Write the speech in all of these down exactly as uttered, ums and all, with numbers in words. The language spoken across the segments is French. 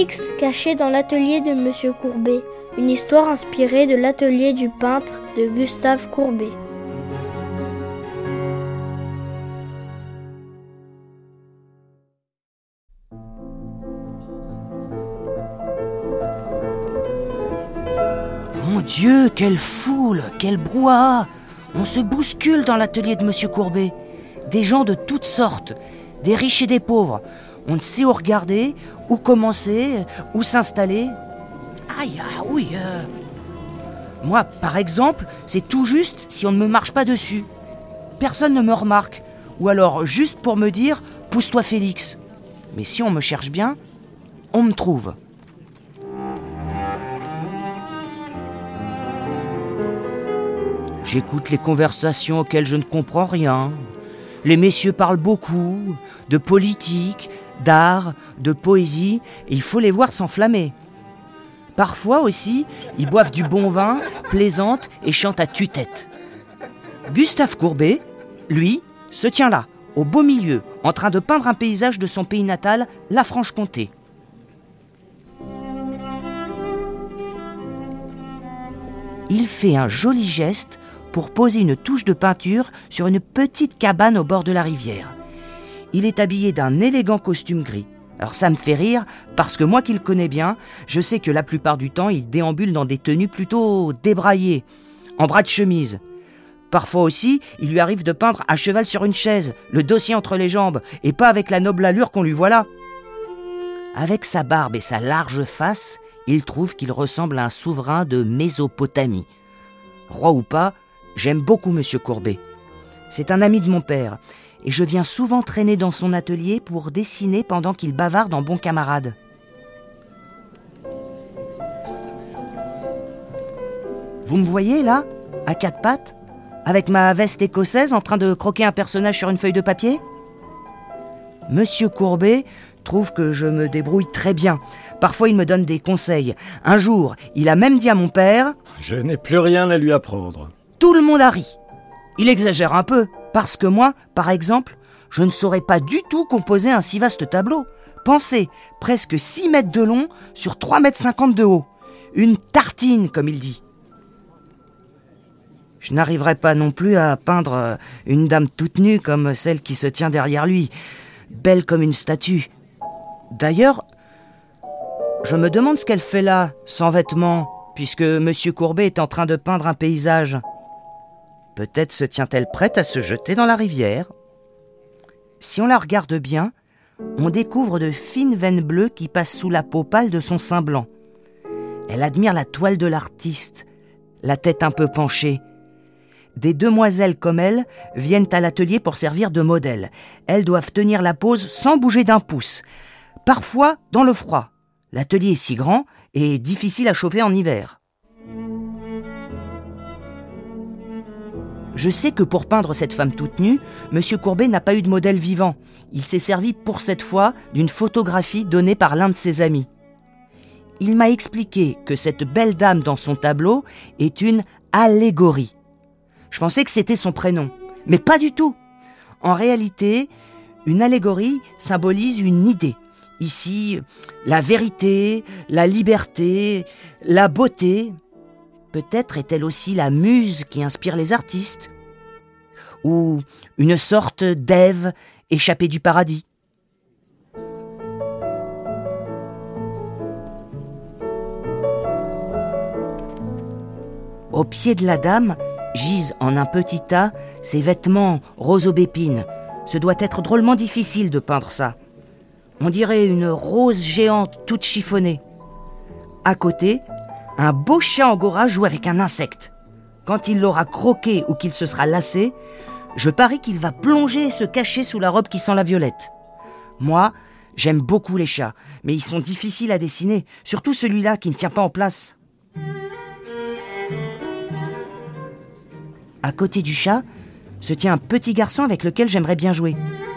Félix caché dans l'atelier de Monsieur Courbet, une histoire inspirée de l'atelier du peintre de Gustave Courbet. Mon Dieu, quelle foule, quel brouhaha! On se bouscule dans l'atelier de Monsieur Courbet. Des gens de toutes sortes, des riches et des pauvres. On ne sait où regarder, où commencer, où s'installer. Aïe, ah oui. Euh... Moi, par exemple, c'est tout juste si on ne me marche pas dessus. Personne ne me remarque. Ou alors juste pour me dire « pousse-toi Félix ». Mais si on me cherche bien, on me trouve. J'écoute les conversations auxquelles je ne comprends rien. Les messieurs parlent beaucoup, de politique, d'art, de poésie, et il faut les voir s'enflammer. Parfois aussi, ils boivent du bon vin, plaisantent et chantent à tue-tête. Gustave Courbet, lui, se tient là, au beau milieu, en train de peindre un paysage de son pays natal, la Franche-Comté. Il fait un joli geste pour poser une touche de peinture sur une petite cabane au bord de la rivière. Il est habillé d'un élégant costume gris. Alors ça me fait rire, parce que moi qui le connais bien, je sais que la plupart du temps, il déambule dans des tenues plutôt débraillées, en bras de chemise. Parfois aussi, il lui arrive de peindre à cheval sur une chaise, le dossier entre les jambes, et pas avec la noble allure qu'on lui voit là. Avec sa barbe et sa large face, il trouve qu'il ressemble à un souverain de Mésopotamie. Roi ou pas, j'aime beaucoup Monsieur Courbet. C'est un ami de mon père, et je viens souvent traîner dans son atelier pour dessiner pendant qu'il bavarde en bon camarade. Vous me voyez là, à quatre pattes, avec ma veste écossaise en train de croquer un personnage sur une feuille de papier ? Monsieur Courbet trouve que je me débrouille très bien. Parfois, il me donne des conseils. Un jour, il a même dit à mon père « Je n'ai plus rien à lui apprendre. » Tout le monde a ri. Il exagère un peu, parce que moi, par exemple, je ne saurais pas du tout composer un si vaste tableau. Pensez, presque six mètres de long sur trois mètres cinquante de haut. Une tartine, comme il dit. Je n'arriverai pas non plus à peindre une dame toute nue comme celle qui se tient derrière lui, belle comme une statue. D'ailleurs, je me demande ce qu'elle fait là, sans vêtements, puisque Monsieur Courbet est en train de peindre un paysage. Peut-être se tient-elle prête à se jeter dans la rivière. Si on la regarde bien, on découvre de fines veines bleues qui passent sous la peau pâle de son sein blanc. Elle admire la toile de l'artiste, la tête un peu penchée. Des demoiselles comme elle viennent à l'atelier pour servir de modèle. Elles doivent tenir la pose sans bouger d'un pouce. Parfois dans le froid. L'atelier est si grand et difficile à chauffer en hiver. Je sais que pour peindre cette femme toute nue, Monsieur Courbet n'a pas eu de modèle vivant. Il s'est servi pour cette fois d'une photographie donnée par l'un de ses amis. Il m'a expliqué que cette belle dame dans son tableau est une allégorie. Je pensais que c'était son prénom, mais pas du tout. En réalité, une allégorie symbolise une idée. Ici, la vérité, la liberté, la beauté. Peut-être est-elle aussi la muse qui inspire les artistes, ou une sorte d'Ève échappée du paradis. Au pied de la dame gisent en un petit tas ses vêtements rose aubépine. Ce doit être drôlement difficile de peindre ça. On dirait une rose géante toute chiffonnée. À côté, un beau chat angora joue avec un insecte. Quand il l'aura croqué ou qu'il se sera lassé, je parie qu'il va plonger et se cacher sous la robe qui sent la violette. Moi, j'aime beaucoup les chats, mais ils sont difficiles à dessiner, surtout celui-là qui ne tient pas en place. À côté du chat, se tient un petit garçon avec lequel j'aimerais bien jouer.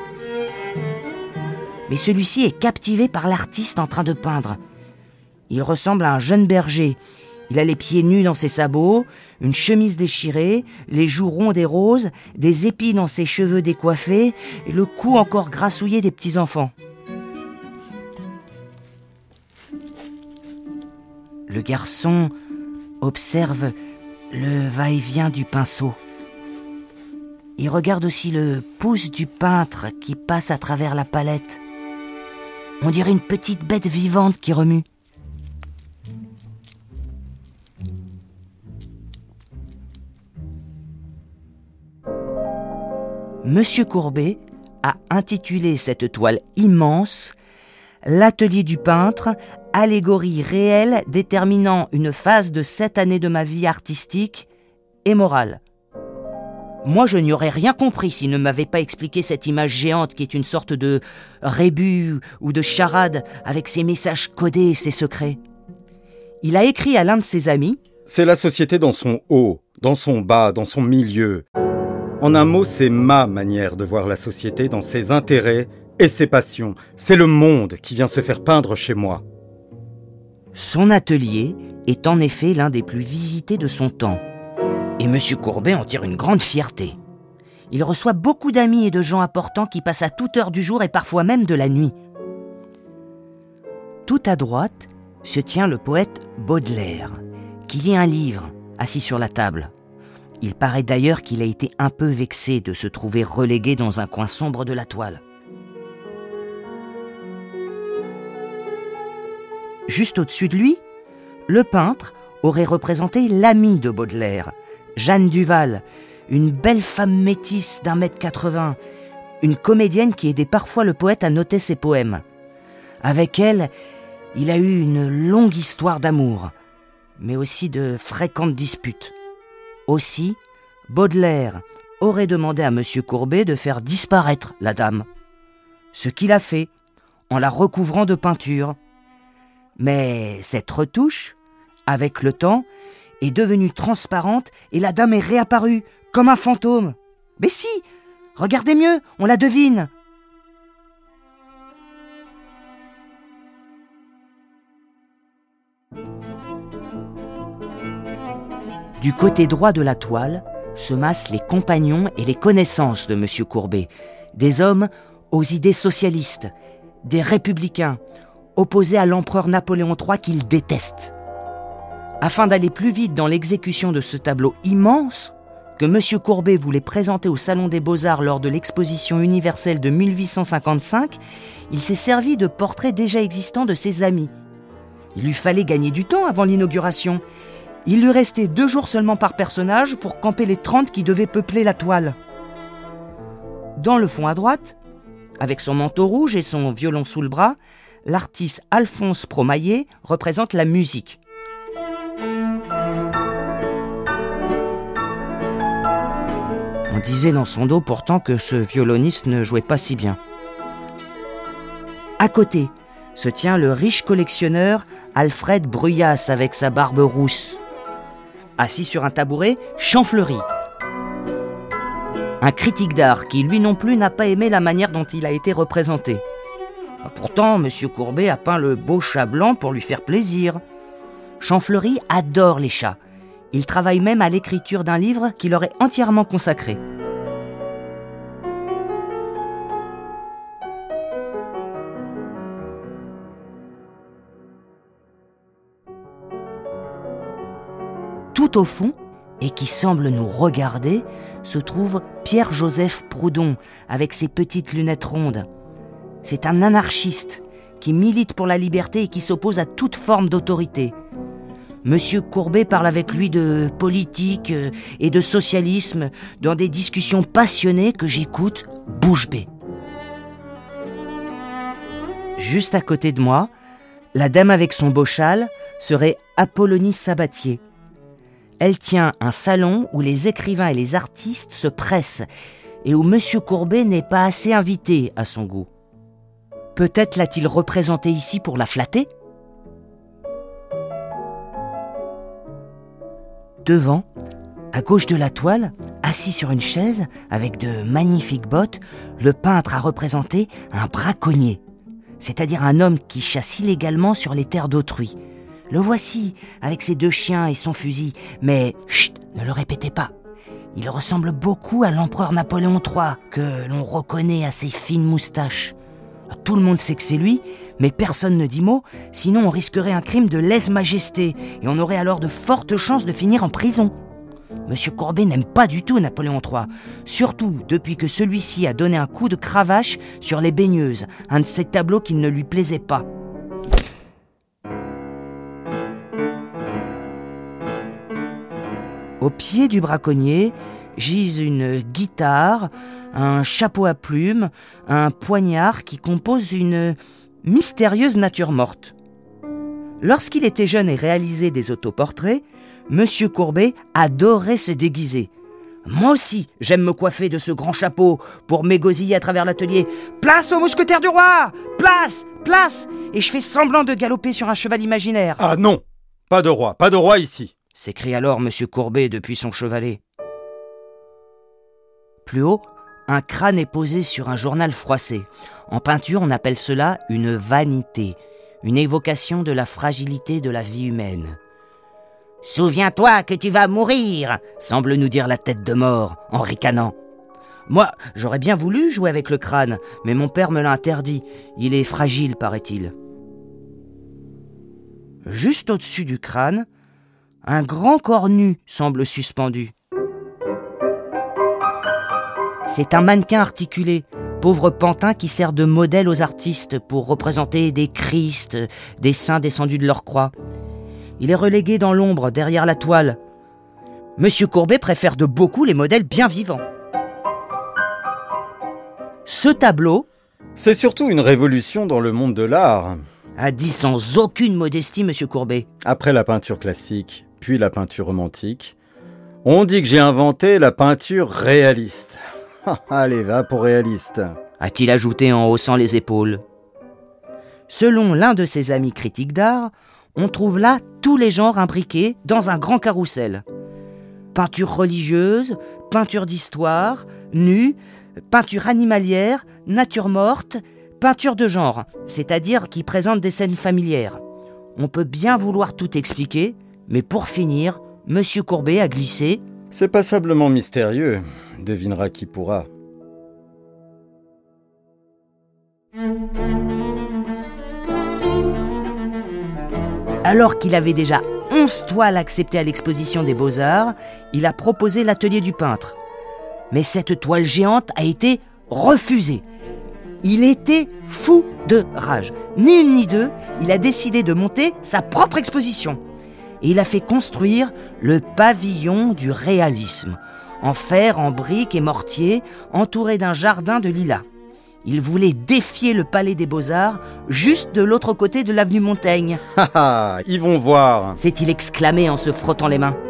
Mais celui-ci est captivé par l'artiste en train de peindre. Il ressemble à un jeune berger. Il a les pieds nus dans ses sabots, une chemise déchirée, les joues rondes et roses, des épis dans ses cheveux décoiffés et le cou encore grassouillé des petits-enfants. Le garçon observe le va-et-vient du pinceau. Il regarde aussi le pouce du peintre qui passe à travers la palette. On dirait une petite bête vivante qui remue. Monsieur Courbet a intitulé cette toile immense « L'atelier du peintre, allégorie réelle déterminant une phase de sept années de ma vie artistique et morale ». Moi, je n'y aurais rien compris s'il ne m'avait pas expliqué cette image géante qui est une sorte de rébus ou de charade avec ses messages codés et ses secrets. Il a écrit à l'un de ses amis « C'est la société dans son haut, dans son bas, dans son milieu. En un mot, c'est ma manière de voir la société dans ses intérêts et ses passions. C'est le monde qui vient se faire peindre chez moi. » Son atelier est en effet l'un des plus visités de son temps. Et Monsieur Courbet en tire une grande fierté. Il reçoit beaucoup d'amis et de gens importants qui passent à toute heure du jour et parfois même de la nuit. Tout à droite se tient le poète Baudelaire, qui lit un livre, assis sur la table. Il paraît d'ailleurs qu'il a été un peu vexé de se trouver relégué dans un coin sombre de la toile. Juste au-dessus de lui, le peintre aurait représenté l'amie de Baudelaire, Jeanne Duval, une belle femme métisse d'un mètre quatre-vingts, une comédienne qui aidait parfois le poète à noter ses poèmes. Avec elle, il a eu une longue histoire d'amour, mais aussi de fréquentes disputes. Aussi, Baudelaire aurait demandé à Monsieur Courbet de faire disparaître la dame. Ce qu'il a fait, en la recouvrant de peinture. Mais cette retouche, avec le temps, est devenue transparente et la dame est réapparue, comme un fantôme. Mais si, regardez mieux, on la devine. Du côté droit de la toile se massent les compagnons et les connaissances de Monsieur Courbet, des hommes aux idées socialistes, des républicains, opposés à l'empereur Napoléon trois qu'il déteste. Afin d'aller plus vite dans l'exécution de ce tableau immense que Monsieur Courbet voulait présenter au Salon des Beaux-Arts lors de l'exposition universelle de mille huit cent cinquante-cinq, il s'est servi de portraits déjà existants de ses amis. Il lui fallait gagner du temps avant l'inauguration. Il lui restait deux jours seulement par personnage pour camper les trente qui devaient peupler la toile. Dans le fond à droite, avec son manteau rouge et son violon sous le bras, l'artiste Alphonse Promaillet représente la musique. On disait dans son dos pourtant que ce violoniste ne jouait pas si bien. À côté se tient le riche collectionneur Alfred Bruyas avec sa barbe rousse. Assis sur un tabouret, Champfleury, un critique d'art qui lui non plus n'a pas aimé la manière dont il a été représenté. Pourtant, Monsieur Courbet a peint le beau chat blanc pour lui faire plaisir. Champfleury adore les chats. Il travaille même à l'écriture d'un livre qu'il aurait entièrement consacré. Tout au fond, et qui semble nous regarder, se trouve Pierre-Joseph Proudhon, avec ses petites lunettes rondes. C'est un anarchiste qui milite pour la liberté et qui s'oppose à toute forme d'autorité. Monsieur Courbet parle avec lui de politique et de socialisme dans des discussions passionnées que j'écoute bouche bée. Juste à côté de moi, la dame avec son beau châle serait Apollonie Sabatier. Elle tient un salon où les écrivains et les artistes se pressent et où Monsieur Courbet n'est pas assez invité à son goût. Peut-être l'a-t-il représenté ici pour la flatter ? Devant, à gauche de la toile, assis sur une chaise avec de magnifiques bottes, le peintre a représenté un braconnier, c'est-à-dire un homme qui chasse illégalement sur les terres d'autrui. Le voici, avec ses deux chiens et son fusil, mais chut, ne le répétez pas. Il ressemble beaucoup à l'empereur Napoléon trois, que l'on reconnaît à ses fines moustaches. Tout le monde sait que c'est lui, Mais personne ne dit mot, sinon on risquerait un crime de lèse-majesté et on aurait alors de fortes chances de finir en prison. Monsieur Courbet n'aime pas du tout Napoléon trois, surtout depuis que celui-ci a donné un coup de cravache sur les baigneuses, un de ces tableaux qui ne lui plaisait pas. Au pied du braconnier gisent une guitare, un chapeau à plumes, un poignard qui composent une mystérieuse nature morte. Lorsqu'il était jeune et réalisait des autoportraits, Monsieur Courbet adorait se déguiser. Moi aussi, j'aime me coiffer de ce grand chapeau pour m'égosiller à travers l'atelier. Place aux mousquetaires du roi! Place! Place! Et je fais semblant de galoper sur un cheval imaginaire. Ah non! Pas de roi, pas de roi ici! S'écrie alors Monsieur Courbet depuis son chevalet. Plus haut, un crâne est posé sur un journal froissé. En peinture, on appelle cela une vanité, une évocation de la fragilité de la vie humaine. « Souviens-toi que tu vas mourir !» semble nous dire la tête de mort, en ricanant. Moi, j'aurais bien voulu jouer avec le crâne, mais mon père me l'a interdit. Il est fragile, paraît-il. Juste au-dessus du crâne, un grand corps nu semble suspendu. C'est un mannequin articulé, pauvre pantin qui sert de modèle aux artistes pour représenter des Christ, des saints descendus de leur croix. Il est relégué dans l'ombre, derrière la toile. Monsieur Courbet préfère de beaucoup les modèles bien vivants. Ce tableau... C'est surtout une révolution dans le monde de l'art. A dit sans aucune modestie Monsieur Courbet. Après la peinture classique, puis la peinture romantique, on dit que j'ai inventé la peinture réaliste. Allez, va pour réaliste, a-t-il ajouté en haussant les épaules. Selon l'un de ses amis critiques d'art, on trouve là tous les genres imbriqués dans un grand carrousel. Peinture religieuse, peinture d'histoire, nue, peinture animalière, nature morte, peinture de genre, c'est-à-dire qui présente des scènes familières. On peut bien vouloir tout expliquer, mais pour finir, Monsieur Courbet a glissé « C'est passablement mystérieux, devinera qui pourra. » Alors qu'il avait déjà onze toiles acceptées à l'exposition des Beaux-Arts, il a proposé l'atelier du peintre. Mais cette toile géante a été refusée. Il était fou de rage. Ni une ni deux, il a décidé de monter sa propre exposition. Et il a fait construire le pavillon du réalisme, en fer, en briques et mortier, entouré d'un jardin de lilas. Il voulait défier le palais des Beaux-Arts, juste de l'autre côté de l'avenue Montaigne. « Ha ha, ils vont voir !» s'est-il exclamé en se frottant les mains.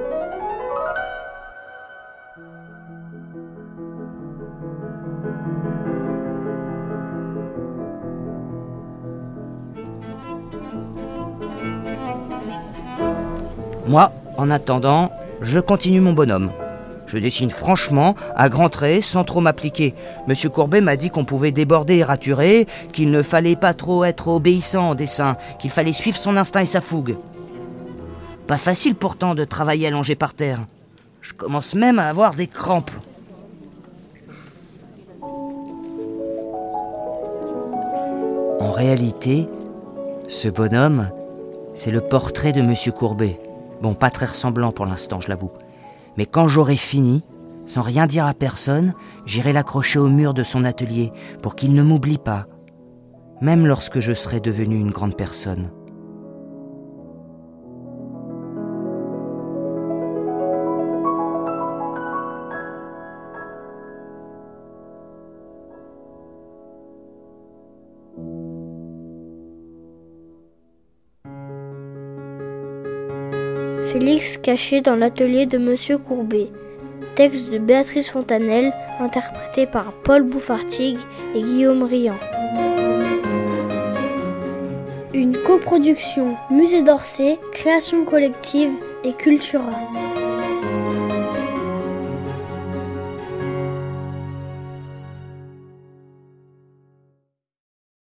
Moi, en attendant, je continue mon bonhomme. Je dessine franchement, à grands traits, sans trop m'appliquer. Monsieur Courbet m'a dit qu'on pouvait déborder et raturer, qu'il ne fallait pas trop être obéissant en dessin, qu'il fallait suivre son instinct et sa fougue. Pas facile pourtant de travailler allongé par terre. Je commence même à avoir des crampes. En réalité, ce bonhomme, c'est le portrait de Monsieur Courbet. Bon, pas très ressemblant pour l'instant, je l'avoue. Mais quand j'aurai fini, sans rien dire à personne, j'irai l'accrocher au mur de son atelier pour qu'il ne m'oublie pas, même lorsque je serai devenu une grande personne. Félix caché dans l'atelier de Monsieur Courbet. Texte de Béatrice Fontanelle, interprété par Paul Bouffartigue et Guillaume Riant. Une coproduction Musée d'Orsay, Création collective et Cultura.